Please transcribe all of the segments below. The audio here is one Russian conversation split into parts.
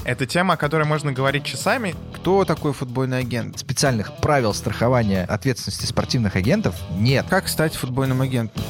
Это тема, о которой можно говорить часами. Кто такой футбольный агент? Специальных правил страхования ответственности спортивных агентов нет. Как стать футбольным агентом?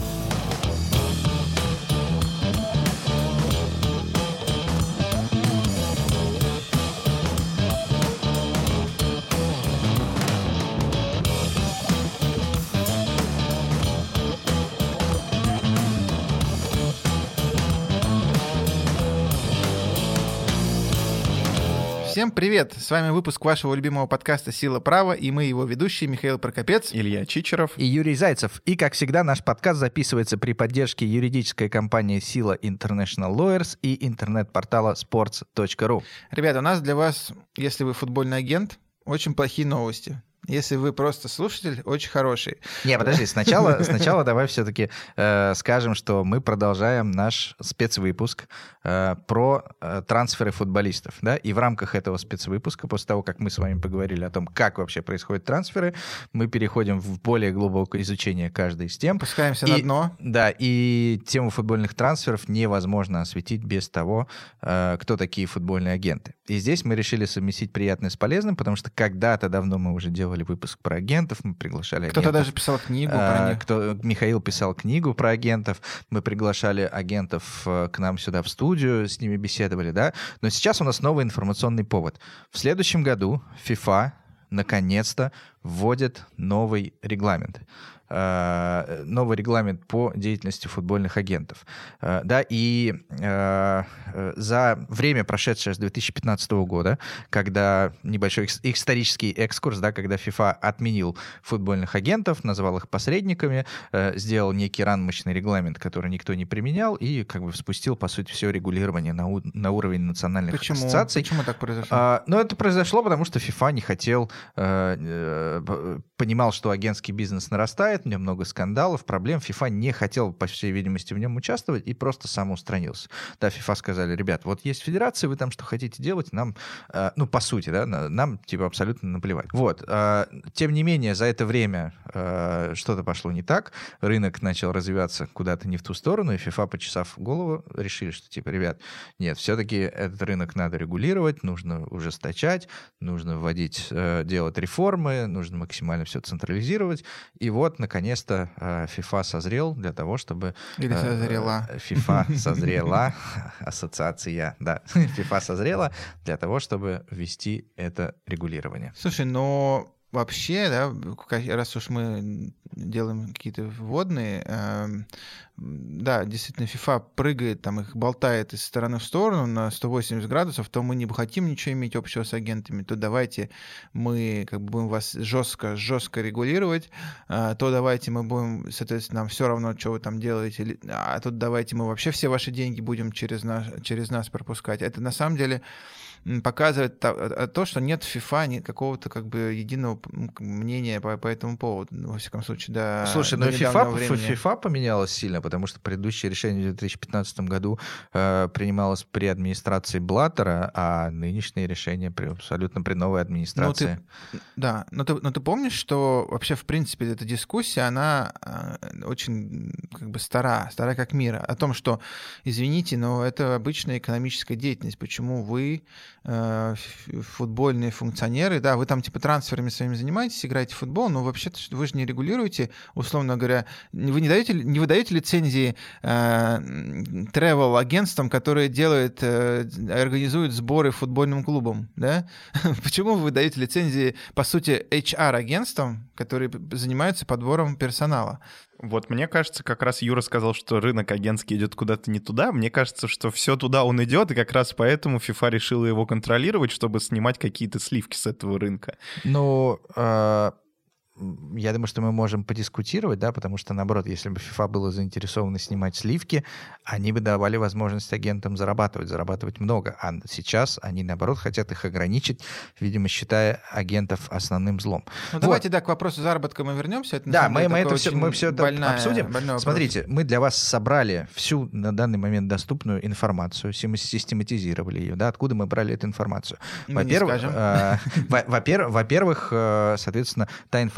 Всем привет! С вами выпуск вашего любимого подкаста «Сила права», и мы его ведущие Михаил Прокопец, Илья Чичеров и Юрий Зайцев. И, как всегда, наш подкаст записывается при поддержке юридической компании «Сила International Lawyers» и интернет-портала sports.ru. Ребята, у нас для вас, если вы футбольный агент, очень плохие новости. Если вы просто слушатель, очень хороший. Не, подожди, сначала давай все-таки скажем, что мы продолжаем наш спецвыпуск про трансферы футболистов. Да? И в рамках этого спецвыпуска, после того, как мы с вами поговорили о том, как вообще происходят трансферы, мы переходим в более глубокое изучение каждой из тем. Опускаемся на дно. Да, и тему футбольных трансферов невозможно осветить без того, кто такие футбольные агенты. И здесь мы решили совместить приятное с полезным, потому что когда-то давно мы уже делали выпуск про агентов, мы приглашали агентов. Кто-то даже писал книгу про них. Михаил писал книгу про агентов, мы приглашали агентов к нам сюда в студию, с ними беседовали, да. Но сейчас у нас новый информационный повод. В следующем году FIFA наконец-то вводит новый регламент. Новый регламент по деятельности футбольных агентов. Да, и за время, прошедшее с 2015 года, когда небольшой исторический экскурс, да, когда FIFA отменил футбольных агентов, назвал их посредниками, сделал некий рамочный регламент, который никто не применял, и как бы спустил, по сути, все регулирование на уровень национальных ассоциаций. Почему так произошло? Ну, это произошло, потому что FIFA не хотел, понимал, что агентский бизнес нарастает, у него много скандалов, проблем. FIFA не хотел, по всей видимости, в нем участвовать и просто самоустранился. Да, FIFA сказали: ребят, вот есть федерация, вы там что хотите делать, нам, ну, по сути, да, нам, типа, абсолютно наплевать. Вот. Тем не менее, за это время что-то пошло не так, рынок начал развиваться куда-то не в ту сторону, и FIFA, почесав голову, решили, что, типа, ребят, нет, все-таки этот рынок надо регулировать, нужно ужесточать, нужно вводить, делать реформы, нужно максимально все централизировать. И вот, наконец-то, FIFA созрел для того, чтобы... Или созрела. FIFA созрела, ассоциация, да. FIFA созрела для того, чтобы ввести это регулирование. Слушай, но вообще, да, раз уж мы делаем какие-то вводные, да, действительно, FIFA прыгает, там их болтает из стороны в сторону на 180 градусов, то мы не хотим ничего иметь общего с агентами, то давайте мы как бы будем вас жестко регулировать, то давайте мы будем, соответственно, нам все равно, что вы там делаете, а тут давайте мы вообще все ваши деньги будем через нас пропускать. Это на самом деле показывает то, что нет в FIFA ни какого-то как бы единого мнения по этому поводу, во всяком случае, да. Слушай, но FIFA поменялась сильно, потому что предыдущее решение в 2015 году принималось при администрации Блаттера, а нынешнее решение абсолютно при новой администрации. Но ты помнишь, что вообще, в принципе, эта дискуссия, она очень как бы стара как мир, о том, что, извините, но это обычная экономическая деятельность, почему вы футбольные функционеры, да, вы там типа трансферами своими занимаетесь, играете в футбол, но вообще-то вы же не регулируете, условно говоря, не выдаете лицензии travel-агентствам, которые организуют сборы футбольным клубам, да? Почему вы выдаете лицензии, по сути, HR-агентствам, которые занимаются подбором персонала? Вот мне кажется, как раз Юра сказал, что рынок агентский идет куда-то не туда. Мне кажется, что все туда он идет, и как раз поэтому FIFA решила его контролировать, чтобы снимать какие-то сливки с этого рынка. Ну, я думаю, что мы можем подискутировать, да, потому что, наоборот, если бы FIFA была заинтересована снимать сливки, они бы давали возможность агентам зарабатывать много. А сейчас они, наоборот, хотят их ограничить, видимо, считая агентов основным злом. Ну, давайте, да, к вопросу заработка мы вернемся. Это, да, мы все это обсудим. Смотрите, мы для вас собрали всю на данный момент доступную информацию, систематизировали ее, да, откуда мы брали эту информацию. Во-первых, соответственно, та информация,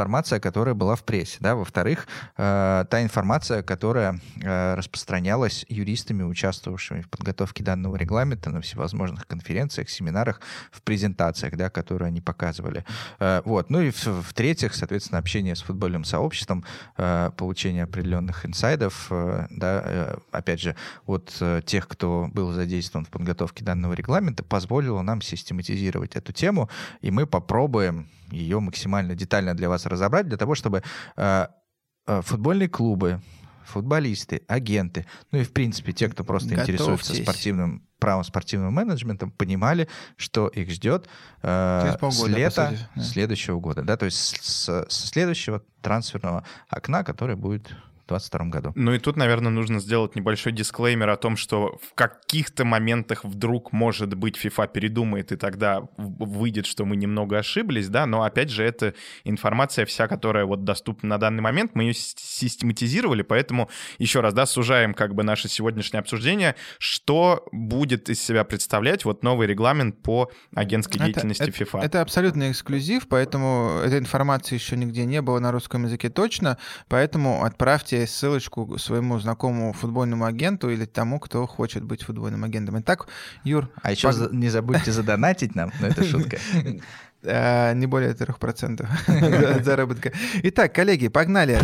информация, которая была в прессе, да, во-вторых, та информация, которая распространялась юристами, участвовавшими в подготовке данного регламента на всевозможных конференциях, семинарах, в презентациях, да, которые они показывали. Вот. Ну и в-третьих, соответственно, общение с футбольным сообществом, получение определенных инсайдов, да, опять же, от тех, кто был задействован в подготовке данного регламента, позволило нам систематизировать эту тему, и мы попробуем ее максимально детально для вас разобрать, для того, чтобы футбольные клубы, футболисты, агенты, ну и, в принципе, те, кто просто интересуется правом спортивным менеджментом, понимали, что их ждет с лета следующего года. Да, то есть с следующего трансферного окна, которое будет в 2022 году. Ну и тут, наверное, нужно сделать небольшой дисклеймер о том, что в каких-то моментах вдруг, может быть, FIFA передумает, и тогда выйдет, что мы немного ошиблись, да, но, опять же, это информация вся, которая вот доступна на данный момент, мы ее систематизировали, поэтому, еще раз, да, сужаем как бы наше сегодняшнее обсуждение, что будет из себя представлять вот новый регламент по агентской деятельности FIFA. Это абсолютно эксклюзив, поэтому этой информации еще нигде не было на русском языке точно, поэтому отправьте ссылочку своему знакомому футбольному агенту или тому, кто хочет быть футбольным агентом. Итак, Юр... А еще не забудьте задонатить нам, но это шутка. Не более 3% заработка. Итак, коллеги, погнали.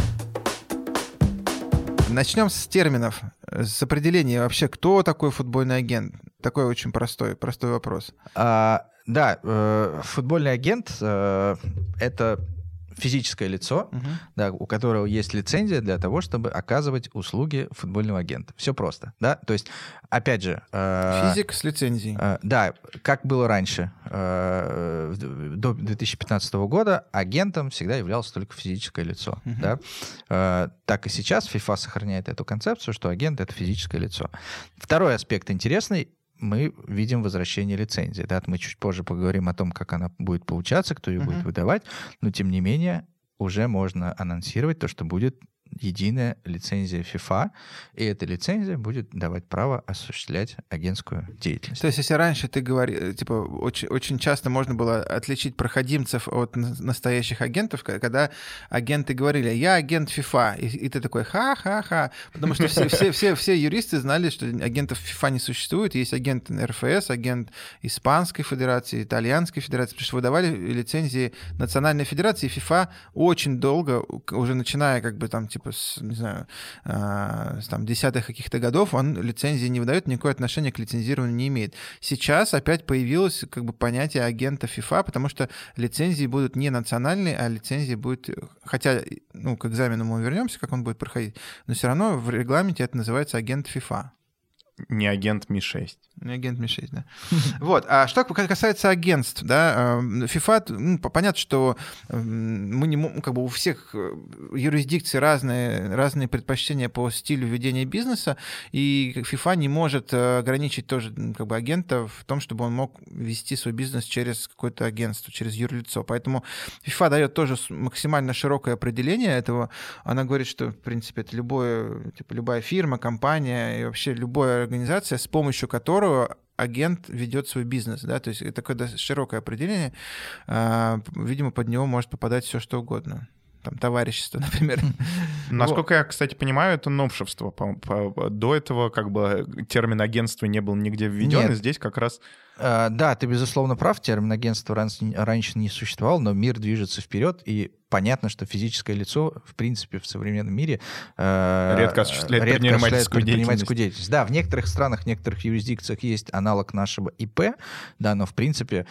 Начнем с терминов, с определения вообще, кто такой футбольный агент. Такой очень простой вопрос. Да, футбольный агент — это физическое лицо, да, у которого есть лицензия для того, чтобы оказывать услуги футбольного агента. Все просто, да? То есть, опять же... Физик с лицензией. Да, как было раньше, до 2015 года агентом всегда являлось только физическое лицо, да? Так и сейчас FIFA сохраняет эту концепцию, что агент — это физическое лицо. Второй аспект интересный. Мы видим возвращение лицензии. Да? Мы чуть позже поговорим о том, как она будет получаться, кто ее будет выдавать, но тем не менее уже можно анонсировать то, что будет единая лицензия FIFA, и эта лицензия будет давать право осуществлять агентскую деятельность. То есть, если раньше ты говорил, типа, очень часто можно было отличить проходимцев от настоящих агентов, когда агенты говорили: «Я агент FIFA», и ты такой: «Ха-ха-ха», потому что все юристы знали, что агентов FIFA не существует, есть агент РФС, агент Испанской Федерации, Итальянской Федерации, потому что выдавали лицензии Национальной Федерации, и FIFA очень долго, уже начиная как бы там типа с, не знаю, с там десятых каких-то годов, он лицензии не выдает, никакое отношение к лицензированию не имеет. Сейчас опять появилось как бы понятие агента FIFA, потому что лицензии будут не национальные, а лицензии будут, хотя, ну, к экзамену мы вернемся, как он будет проходить, но все равно в регламенте это называется агент FIFA. Не агент Ми-6. Не агент Ми-6, да. Вот. А что касается агентств, да, FIFA, ну, понятно, что мы не можем, как бы у всех юрисдикций разные предпочтения по стилю ведения бизнеса, и FIFA не может ограничить тоже как бы агента в том, чтобы он мог вести свой бизнес через какое-то агентство, через юрлицо. Поэтому FIFA дает тоже максимально широкое определение этого. Она говорит, что, в принципе, это любая фирма, компания и вообще любая организация, с помощью которого агент ведет свой бизнес, да, то есть это такое широкое определение, видимо, под него может попадать все, что угодно. Там товарищество, например. Насколько я, кстати, понимаю, это новшество. До этого как бы термин агентства не был нигде введен, и здесь как раз... Да, ты, безусловно, прав, термин агентства раньше не существовал, но мир движется вперед, и понятно, что физическое лицо, в принципе, в современном мире редко осуществляет предпринимательскую деятельность. Да, в некоторых странах, в некоторых юрисдикциях есть аналог нашего ИП, да, но, в принципе,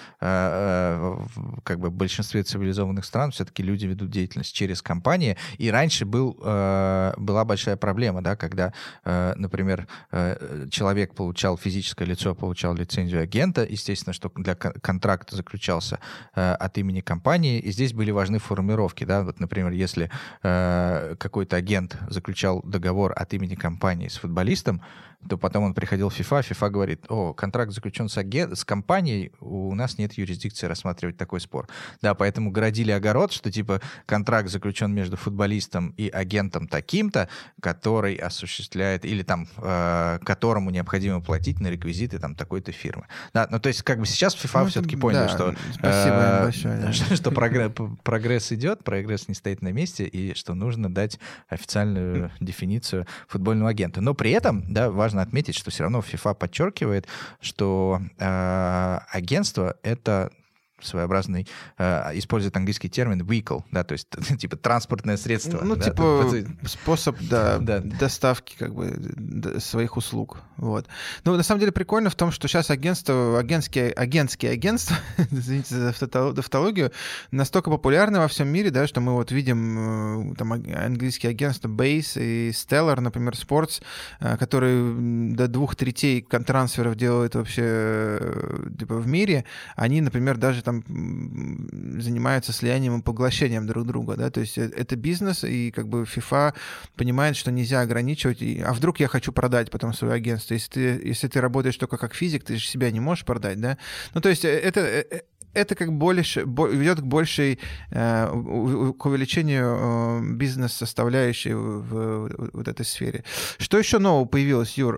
как бы в большинстве цивилизованных стран все-таки люди ведут деятельность через компании, и раньше была большая проблема, да, когда, например, человек физическое лицо получал лицензию агента, естественно, что контракт заключался от имени компании, и здесь были важны формулировки, да, вот, например, если какой-то агент заключал договор от имени компании с футболистом, то потом он приходил в FIFA говорит: контракт заключен с компанией, у нас нет юрисдикции рассматривать такой спор. Да, поэтому городили огород, что типа контракт заключен между футболистом и агентом таким-то, который осуществляет, или там, которому необходимо платить на реквизиты там такой-то фирмы. Да, ну то есть как бы сейчас FIFA все-таки поняли, что, спасибо большое, что прогресс идет, прогресс не стоит на месте, и что нужно дать официальную дефиницию футбольного агента. Но при этом, да, важно отметить, что все равно FIFA подчеркивает, что агентство — это своеобразный, использует английский термин vehicle, да, то есть типа транспортное средство. Ну, да, типа способ, да, доставки как бы своих услуг. Вот. Ну, на самом деле прикольно в том, что сейчас агентские агентства, извините за тавтологию, настолько популярны во всем мире, да, что мы вот видим там английские агентства Base и Stellar, например, Sports, которые до 2/3 трансферов делают вообще типа в мире, они, например, даже там занимаются слиянием и поглощением друг друга, да, то есть это бизнес, и как бы FIFA понимает, что нельзя ограничивать, а вдруг я хочу продать потом свое агентство, если ты работаешь только как физик, ты же себя не можешь продать, да, ну, то есть это как ведет к большей, к увеличению бизнес-составляющей в вот этой сфере. Что еще нового появилось, Юр?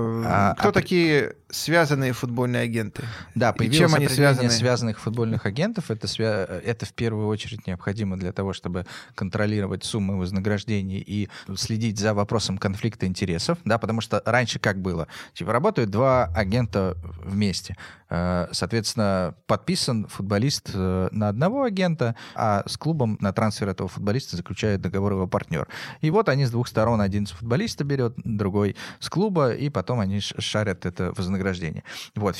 Кто такие связанные футбольные агенты? Да, появилось чем они определение связанных футбольных агентов. Это в первую очередь необходимо для того, чтобы контролировать суммы вознаграждений и следить за вопросом конфликта интересов, да, потому что раньше как было? Типа работают два агента вместе. Соответственно, подписан футболист на одного агента, а с клубом на трансфер этого футболиста заключает договор его партнер. И вот они с двух сторон, один с футболиста берет, другой с клуба, и потом они шарят это вознаграждение. Вот.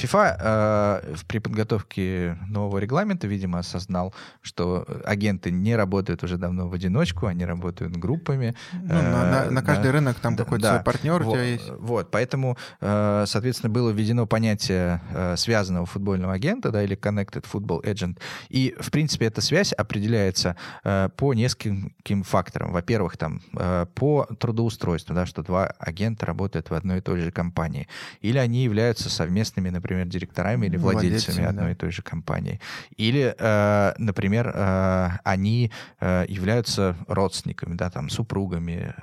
FIFA при подготовке нового регламента, видимо, осознал, что агенты не работают уже давно в одиночку, они работают группами. Ну, на каждый рынок там какой-то свой партнер у тебя есть. Вот, поэтому, соответственно, было введено понятие связанного футбольного агента, да, или Connected Football Agent. И, в принципе, эта связь определяется по нескольким факторам. Во-первых, там, по трудоустройству, да, что два агента работают в одной и той же компании. Или они являются совместными, например, директорами или владельцами одной и той же компании. Или, например, они являются родственниками, да, там, супругами,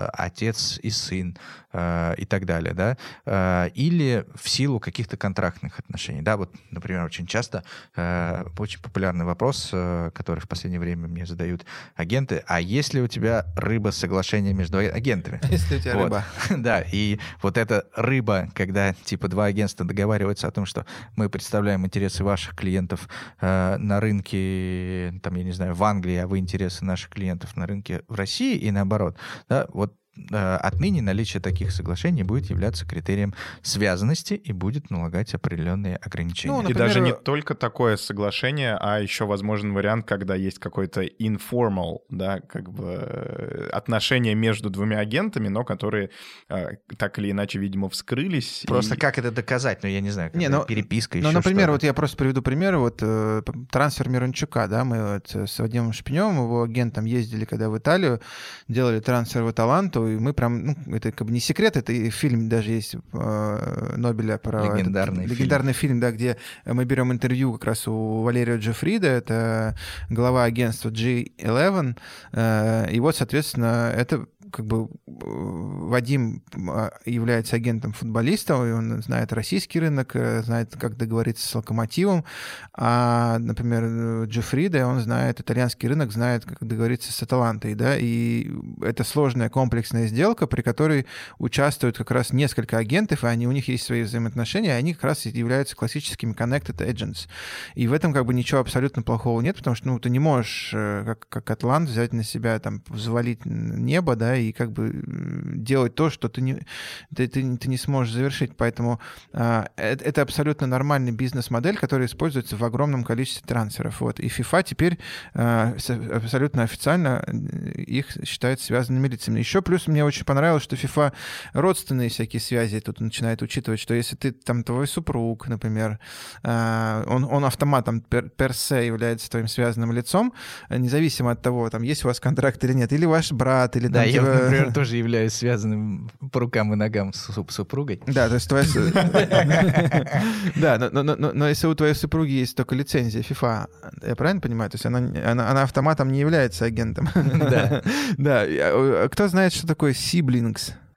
отец и сын и так далее, да. Или в силу каких-то контрактных отношений. Да, вот, например, очень часто очень популярный вопрос, который в последнее время мне задают агенты: а есть ли у тебя рыба соглашения между агентами? Если у тебя рыба. Да, и вот эта рыба, когда типа два агентства договариваются о том, что мы представляем интересы ваших клиентов на рынке, там, я не знаю, в Англии, а вы интересы наших клиентов на рынке в России и наоборот, да, вот отныне наличие таких соглашений будет являться критерием связанности и будет налагать определенные ограничения. Ну, например, и даже не только такое соглашение, а еще возможен вариант, когда есть какой-то informal, да, как бы отношения между двумя агентами, но которые так или иначе, видимо, вскрылись. Просто как это доказать? Ну, я не знаю, переписка, еще что-то. Ну, например, что-то. Вот я просто приведу пример. Вот трансфер Мирончука, да, мы вот с Вадимом Шпиневым, его агентом, ездили когда в Италию, делали трансфер в Аталанту, и мы прям, ну, это как бы не секрет, это и фильм даже есть Нобеля про легендарный фильм, да, где мы берем интервью как раз у Валерио Джефрида, это глава агентства G11, и вот, соответственно, это как бы Вадим является агентом футболиста, и он знает российский рынок, знает, как договориться с Локомотивом, а, например, Джефрида, он знает итальянский рынок, знает, как договориться с Аталантой, да, и это сложная комплексная сделка, при которой участвуют как раз несколько агентов, и у них есть свои взаимоотношения, и они как раз являются классическими connected agents. И в этом как бы ничего абсолютно плохого нет, потому что, ну, ты не можешь, как Атлант, взять на себя, там, взвалить небо, да, и как бы делать то, что ты не сможешь завершить. Поэтому это абсолютно нормальный бизнес-модель, которая используется в огромном количестве трансферов. Вот. И FIFA теперь абсолютно официально их считает связанными лицами. Еще плюс мне очень понравилось, что FIFA родственные всякие связи тут начинает учитывать, что если ты там твой супруг, например, он автоматом персе является твоим связанным лицом, независимо от того, там есть у вас контракт или нет, или ваш брат, или... Да, я, например, тоже являюсь связанным по рукам и ногам с супругой. Да, то есть твоя... Да, но если у твоей супруги есть только лицензия FIFA, я правильно понимаю? То есть она автоматом не является агентом. Да. Да. Кто знает, что такое siblings?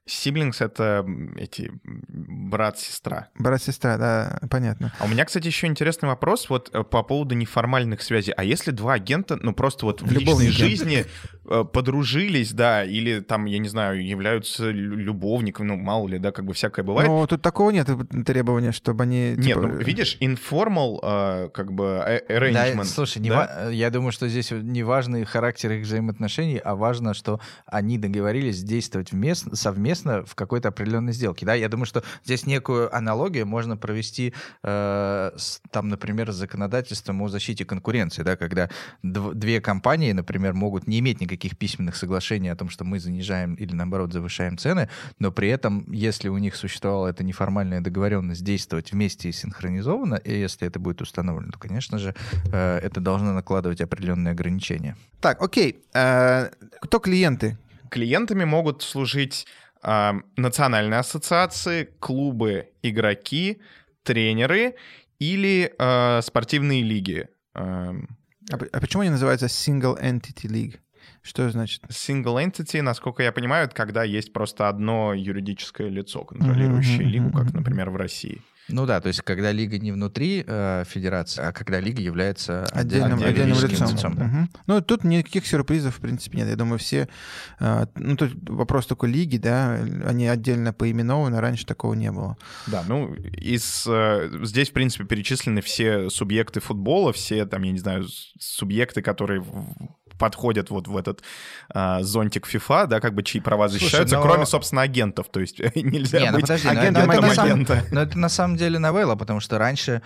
Siblings — это эти брат-сестра. Брат-сестра, да, понятно. А у меня, кстати, еще интересный вопрос вот по поводу неформальных связей. А если два агента, ну, просто вот в личной жизни подружились, да, или там, я не знаю, являются любовниками, ну, мало ли, да, как бы всякое бывает. Ну, тут такого нет требования, чтобы они... Нет, ну, видишь, informal, как бы, arrangement. Да, слушай, да? Я думаю, что здесь не важный характер их взаимоотношений, а важно, что они договорились действовать совместно в какой-то определенной сделке. Да? Я думаю, что здесь некую аналогию можно провести, там, например, с законодательством о защите конкуренции, да, когда две компании, например, могут не иметь никаких письменных соглашений о том, что мы занижаем или, наоборот, завышаем цены, но при этом, если у них существовала эта неформальная договоренность действовать вместе и синхронизованно, и если это будет установлено, то, конечно же, это должно накладывать определенные ограничения. Так, окей. Кто клиенты? Клиентами могут служить национальные ассоциации, клубы, игроки, тренеры или спортивные лиги. А почему они называются Single Entity League? Что это значит? Single Entity, насколько я понимаю, это когда есть просто одно юридическое лицо, контролирующее лигу, как, например, в России. Ну да, то есть когда лига не внутри федерации, а когда лига является отдельным лицом. Да. Ну, тут никаких сюрпризов, в принципе, нет. Я думаю, все... Ну, тут вопрос только лиги, да, они отдельно поименованы, раньше такого не было. Да, ну, здесь, в принципе, перечислены все субъекты футбола, все, там, я не знаю, субъекты, которые подходят вот в этот зонтик FIFA, да, как бы чьи права защищаются, кроме, собственно, агентов. То есть нельзя быть агентом агента. Но это на самом деле новелла, потому что раньше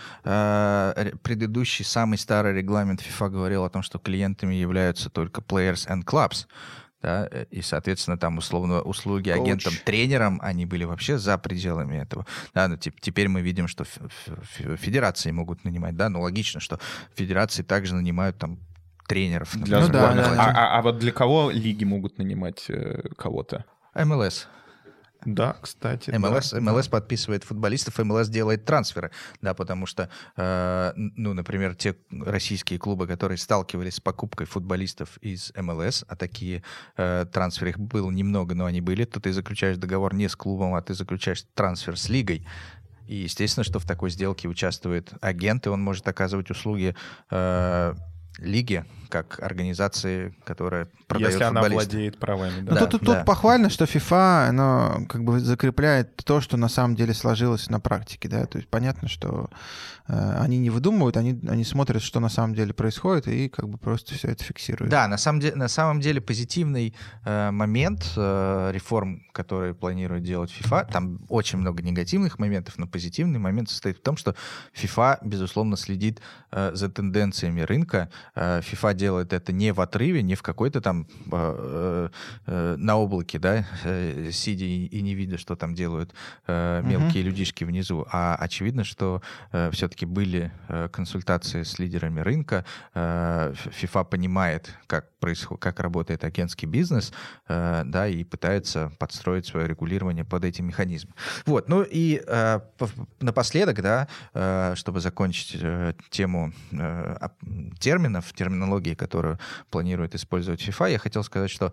предыдущий самый старый регламент FIFA говорил о том, что клиентами являются только players and clubs. Да, и, соответственно, там, условно, услуги агентам-тренерам, они были вообще за пределами этого. Да, но теперь мы видим, что федерации могут нанимать, да, ну, логично, что федерации также нанимают там тренеров. Для сборных. А вот для кого лиги могут нанимать кого-то? МЛС. Да, кстати. МЛС подписывает футболистов, МЛС делает трансферы, да, потому что, ну, например, те российские клубы, которые сталкивались с покупкой футболистов из МЛС, а такие трансферы их было немного, но они были, то ты заключаешь договор не с клубом, а ты заключаешь трансфер с лигой. И естественно, что в такой сделке участвует агент, и он может оказывать услуги лиги, как организации, которая продает если футболистов. Она владеет правами. Да. Да, тут похвально, что FIFA, она как бы закрепляет то, что на самом деле сложилось на практике. Да? То есть понятно, что они не выдумывают, они смотрят, что на самом деле происходит, и как бы просто все это фиксируют. Да, на самом деле позитивный момент реформ, которые планирует делать FIFA, там очень много негативных моментов, но позитивный момент состоит в том, что FIFA, безусловно, следит за тенденциями рынка. FIFA делает это не в отрыве, не в какой-то там на облаке, да, сидя и не видя, что там делают мелкие людишки внизу, а очевидно, что все-таки были консультации с лидерами рынка. FIFA понимает, как работает агентский бизнес, да, и пытается подстроить свое регулирование под эти механизмы. Вот, ну и напоследок, да, чтобы закончить тему терминов, терминологии, которую планирует использовать FIFA, я хотел сказать, что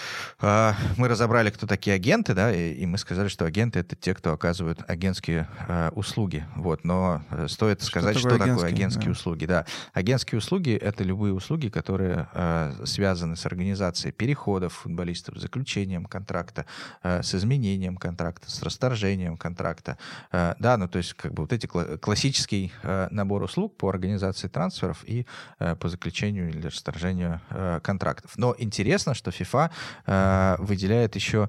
мы разобрали, кто такие агенты, да, и мы сказали, что агенты — это те, кто оказывают агентские услуги. Вот, но стоит сказать, что такое агентские услуги. Да. Агентские услуги — это любые услуги, которые связаны с организацией переходов футболистов, заключением контракта, с изменением контракта, с расторжением контракта. Да, ну то есть как бы вот эти классический набор услуг по организации трансферов и по заключению или расторжению контрактов. Но интересно, что FIFA выделяет еще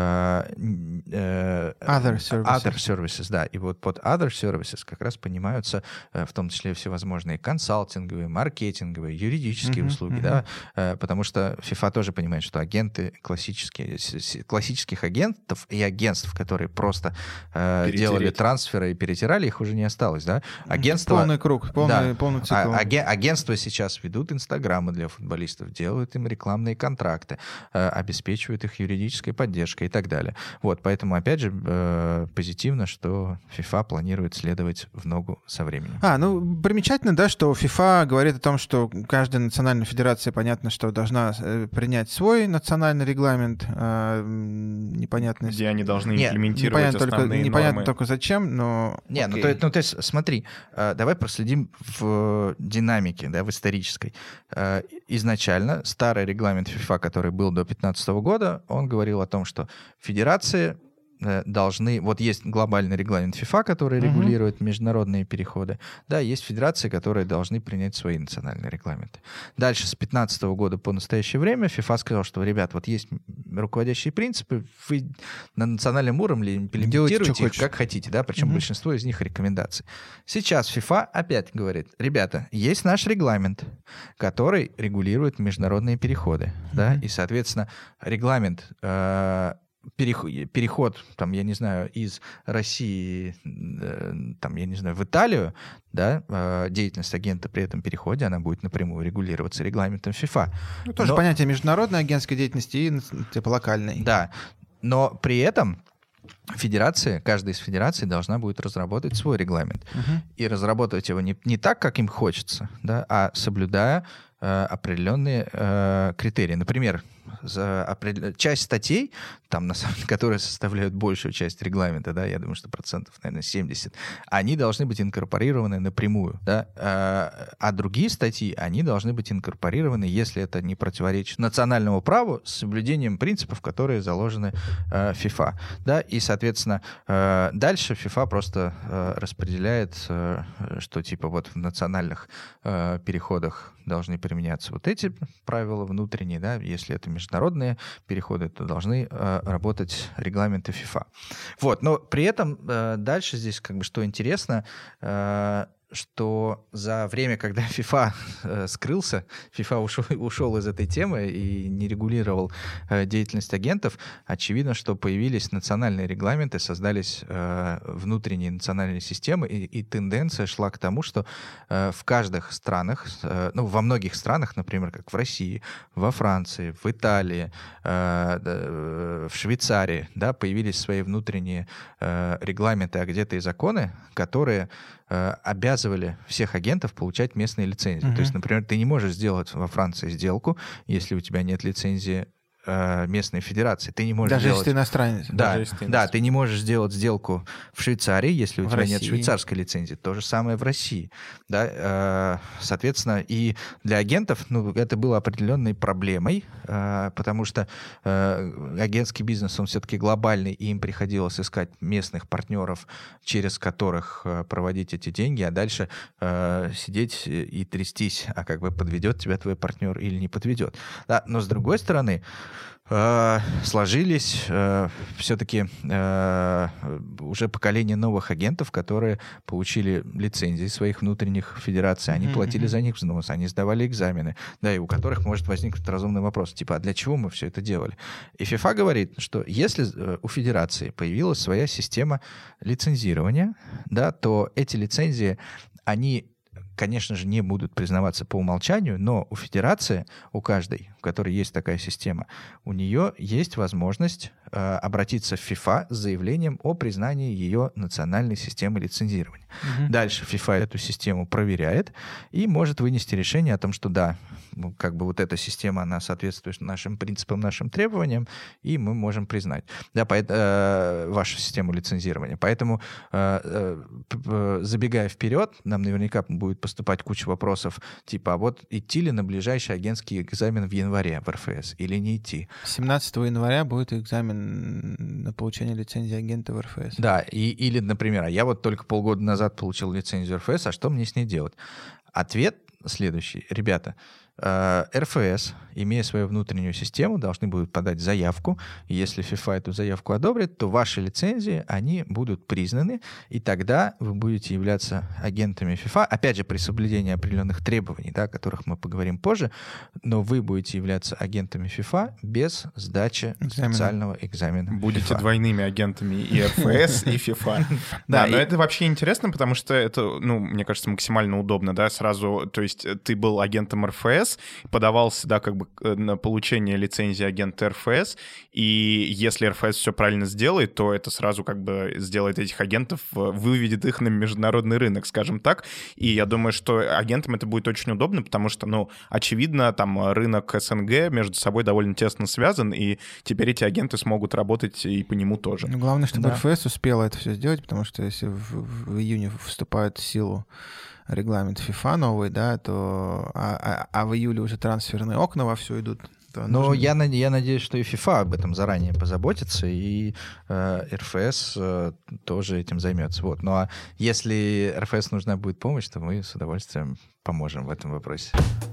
other services, да. И вот под other services как раз понимаются в том числе всевозможные консалтинговые, маркетинговые, юридические услуги, да, потому что FIFA тоже понимает, что агенты классических агентов и агентств, которые просто делали трансферы и перетирали, их уже не осталось, да. Агентство, полный круг, полный цикл. Агентства сейчас ведут Instagram, программы для футболистов, делают им рекламные контракты, обеспечивают их юридической поддержкой и так далее. Вот, поэтому, опять же, позитивно, что FIFA планирует следовать в ногу со временем. Примечательно, да, что FIFA говорит о том, что каждая национальная федерация, понятно, что должна принять свой национальный регламент, непонятно... Где они должны имплементировать основные непонятно нормы. только зачем, но... то есть смотри, давай проследим в динамике, да, в исторической. Изначально старый регламент FIFA, который был до 2015 года, он говорил о том, что федерации должны... Вот есть глобальный регламент FIFA, который регулирует международные переходы. Да, есть федерации, которые должны принять свои национальные регламенты. Дальше, с 2015 года по настоящее время FIFA сказал, что, ребят, вот есть руководящие принципы, вы на национальном уровне имплементируйте их как хотите, да, причем большинство из них рекомендаций. Сейчас FIFA опять говорит, ребята, есть наш регламент, который регулирует международные переходы, да, и, соответственно, регламент... переход, там, я не знаю, из России, там, я не знаю, в Италию, да, деятельность агента при этом переходе, она будет напрямую регулироваться регламентом FIFA. Тоже понятие международной агентской деятельности и типа локальной. Да, но при этом федерация, каждая из федераций должна будет разработать свой регламент. И разработать его не так, как им хочется, да, а соблюдая определенные критерии. Например, часть статей, там, которые составляют большую часть регламента, да, я думаю, что процентов, наверное, 70, они должны быть инкорпорированы напрямую, да, а другие статьи, они должны быть инкорпорированы, если это не противоречит национальному праву, с соблюдением принципов, которые заложены FIFA, да, и, соответственно, дальше FIFA просто распределяет, что типа вот в национальных переходах должны применяться вот эти правила внутренние, да, если это международные переходы, то должны работать регламенты FIFA. Вот, но при этом дальше здесь как бы что интересно, что за время, когда FIFA скрылся, FIFA ушел из этой темы и не регулировал деятельность агентов, очевидно, что появились национальные регламенты, создались внутренние национальные системы, и тенденция шла к тому, что в каждых странах, во многих странах, например, как в России, во Франции, в Италии, в Швейцарии, да, появились свои внутренние регламенты, а где-то и законы, которые обязывали всех агентов получать местные лицензии. То есть, например, ты не можешь сделать во Франции сделку, если у тебя нет лицензии местной федерации. Ты не можешь даже делать... если ты иностранец. Да, ты не можешь сделать сделку в Швейцарии, если у тебя России. нет швейцарской лицензии. То же самое в России. Да? Соответственно, и для агентов это было определенной проблемой, потому что агентский бизнес, он все-таки глобальный, и им приходилось искать местных партнеров, через которых проводить эти деньги, а дальше сидеть и трястись, а как бы подведет тебя твой партнер или не подведет. Да? Но с другой стороны, сложились все-таки уже поколение новых агентов, которые получили лицензии своих внутренних федераций, они платили за них взнос, они сдавали экзамены, да, и у которых может возникнуть разумный вопрос, типа, а для чего мы все это делали? И FIFA говорит, что если у федерации появилась своя система лицензирования, да, то эти лицензии, они, конечно же, не будут признаваться по умолчанию, но у федерации, у каждой, у которой есть такая система, у нее есть возможность обратиться в FIFA с заявлением о признании ее национальной системы лицензирования. Дальше FIFA эту систему проверяет и может вынести решение о том, что да, как бы вот эта система, она соответствует нашим принципам, нашим требованиям, и мы можем признать, да, вашу систему лицензирования. Поэтому, забегая вперед, нам наверняка будет поступать куча вопросов, типа, а вот идти ли на ближайший агентский экзамен в январе в РФС или не идти? 17 января будет экзамен на получение лицензии агента в РФС. Да, или, например, а я вот только полгода назад получил лицензию РФС, а что мне с ней делать? Ответ следующий. Ребята, РФС, имея свою внутреннюю систему, должны будут подать заявку. И если FIFA эту заявку одобрит, то ваши лицензии, они будут признаны, и тогда вы будете являться агентами FIFA, опять же, при соблюдении определенных требований, да, о которых мы поговорим позже, но вы будете являться агентами FIFA без сдачи специального экзамена. Будете FIFA. Двойными агентами и РФС, и FIFA. Да, но это вообще интересно, потому что это, мне кажется, максимально удобно, да, сразу, то есть ты был агентом РФС, РФС, подавался, да, как бы на получение лицензии агента РФС, и если РФС все правильно сделает, то это сразу как бы сделает этих агентов, выведет их на международный рынок, скажем так, и я думаю, что агентам это будет очень удобно, потому что, ну, очевидно, там рынок СНГ между собой довольно тесно связан, и теперь эти агенты смогут работать и по нему тоже. Ну, главное, чтобы РФС успела это все сделать, потому что если в июне вступает в силу регламент FIFA новый, да, то а в июле уже трансферные окна вовсю идут. Но я надеюсь, что и FIFA об этом заранее позаботится, и РФС тоже этим займется. Вот. Ну а если РФС нужна будет помощь, то мы с удовольствием поможем в этом вопросе.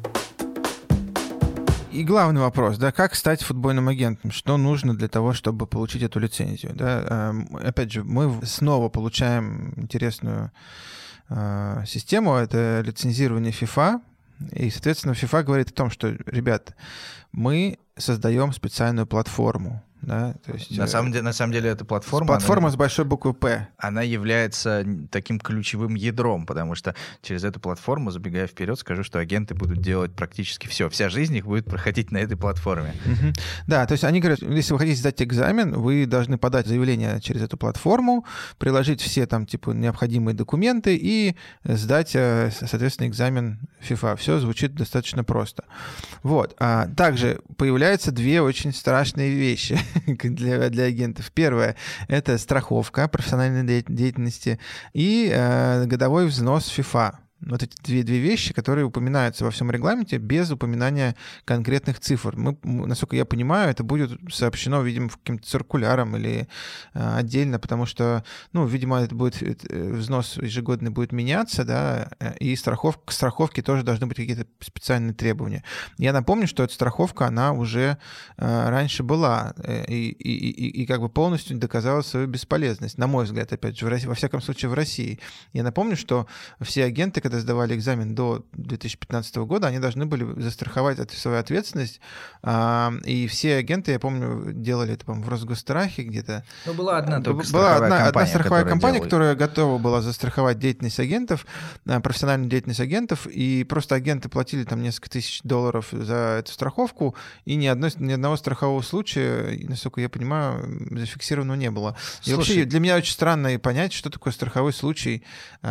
И главный вопрос, да, как стать футбольным агентом? Что нужно для того, чтобы получить эту лицензию? Да? Опять же, мы снова получаем интересную систему, это лицензирование FIFA, и, соответственно, FIFA говорит о том, что, ребят, мы создаем специальную платформу. Да? То есть, на самом деле эта платформа... Платформа с большой буквы «П». Она является таким ключевым ядром, потому что через эту платформу, забегая вперед, скажу, что агенты будут делать практически все. Вся жизнь их будет проходить на этой платформе. Да, то есть они говорят, если вы хотите сдать экзамен, вы должны подать заявление через эту платформу, приложить все там типа необходимые документы и сдать, соответственно, экзамен FIFA. Все звучит достаточно просто. Вот. Также появляются две очень страшные вещи для агентов. Первое — это страховка профессиональной деятельности и годовой взнос FIFA. Вот эти две вещи, которые упоминаются во всем регламенте без упоминания конкретных цифр. Насколько я понимаю, это будет сообщено, видимо, каким-то циркуляром или отдельно, потому что, ну, видимо, это будет взнос ежегодный будет меняться, да, и к страховке тоже должны быть какие-то специальные требования. Я напомню, что эта страховка, она уже раньше была и как бы полностью доказала свою бесполезность, на мой взгляд, опять же, во всяком случае в России. Я напомню, что все агенты, когда сдавали экзамен до 2015 года, они должны были застраховать свою ответственность. И все агенты, я помню, делали это, по-моему, в Росгосстрахе где-то. Ну, была одна страховая компания, которая готова была застраховать деятельность агентов, профессиональную деятельность агентов, и просто агенты платили там несколько тысяч долларов за эту страховку, и ни одного страхового случая, насколько я понимаю, зафиксированного не было. И вообще для меня очень странно понять, что такое страховой случай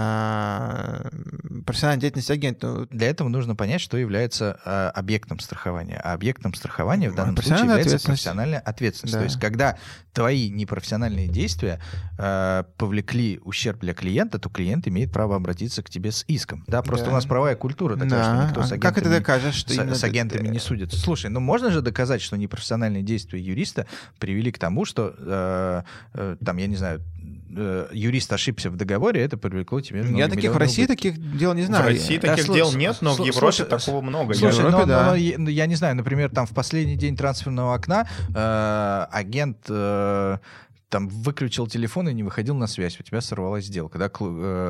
профессиональной деятельности агента. Для этого нужно понять, что является объектом страхования. А объектом страхования в данном случае является профессиональная ответственность. Да. То есть, когда твои непрофессиональные действия повлекли ущерб для клиента, то клиент имеет право обратиться к тебе с иском. Да, просто у нас правовая культура такая, что никто с агентами, как это докажешь, что с агентами не судится. Слушай, ну можно же доказать, что непрофессиональные действия юриста привели к тому, что там, я не знаю, юрист ошибся в договоре, это привлекло тебе много Я таких в России таких дел не знаю. В России таких дел нет, но в Европе такого много. Слушай, но я не знаю, например, там в последний день трансферного окна агент там выключил телефон и не выходил на связь, у тебя сорвалась сделка, да?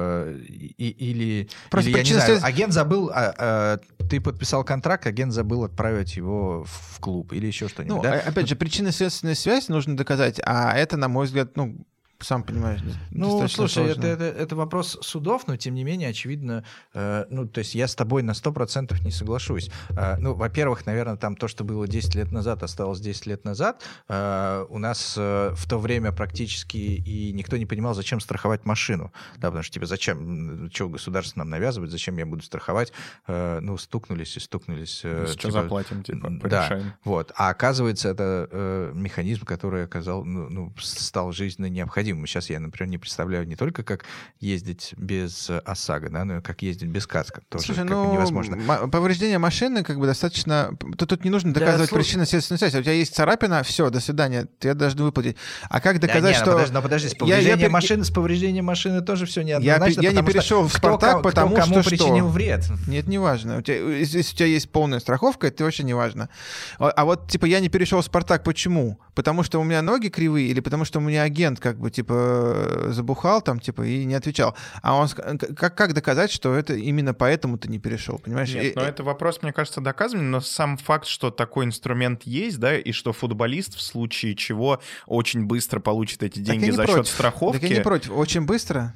Или я не знаю, агент забыл, ты подписал контракт, агент забыл отправить его в клуб или еще что-нибудь. Ну, да? Опять же, причинно-следственную связь нужно доказать, а это, на мой взгляд, ну, сам понимаешь, ну, слушай, это вопрос судов, но тем не менее, очевидно, ну, то есть я с тобой на 100% не соглашусь. Ну, во-первых, наверное, там то, что было 10 лет назад, осталось 10 лет назад. У нас в то время практически и никто не понимал, зачем страховать машину. Да, потому что, типа, зачем, что государство нам навязывает, зачем я буду страховать? Ну, стукнулись. Сейчас типа, заплатим, типа, порешаем. Да, вот. А оказывается, это механизм, который стал жизненно необходимым. Сейчас я, например, не представляю не только, как ездить без ОСАГО, да, но и как ездить без каска. Тоже. Слушай, невозможно. Повреждение машины как бы достаточно... Тут не нужно доказывать причинно-следственную связь. У тебя есть царапина, все, до свидания, тебе должны выплатить. А как доказать, что... Подожди, с повреждением машины тоже все неоднозначно. Я не перешел в «Спартак», потому что... Кому причинил вред? Нет, не важно. Если у тебя есть полная страховка, это вообще не важно. А вот, типа, я не перешел в «Спартак», почему? Потому что у меня ноги кривые или потому что у меня агент как бы типа забухал там, типа, и не отвечал. А он как доказать, что это именно поэтому ты не перешел, понимаешь? Нет, но это вопрос, мне кажется, доказан, но сам факт, что такой инструмент есть, да, и что футболист в случае чего очень быстро получит эти деньги за счет страховки. Так я не против. Очень быстро?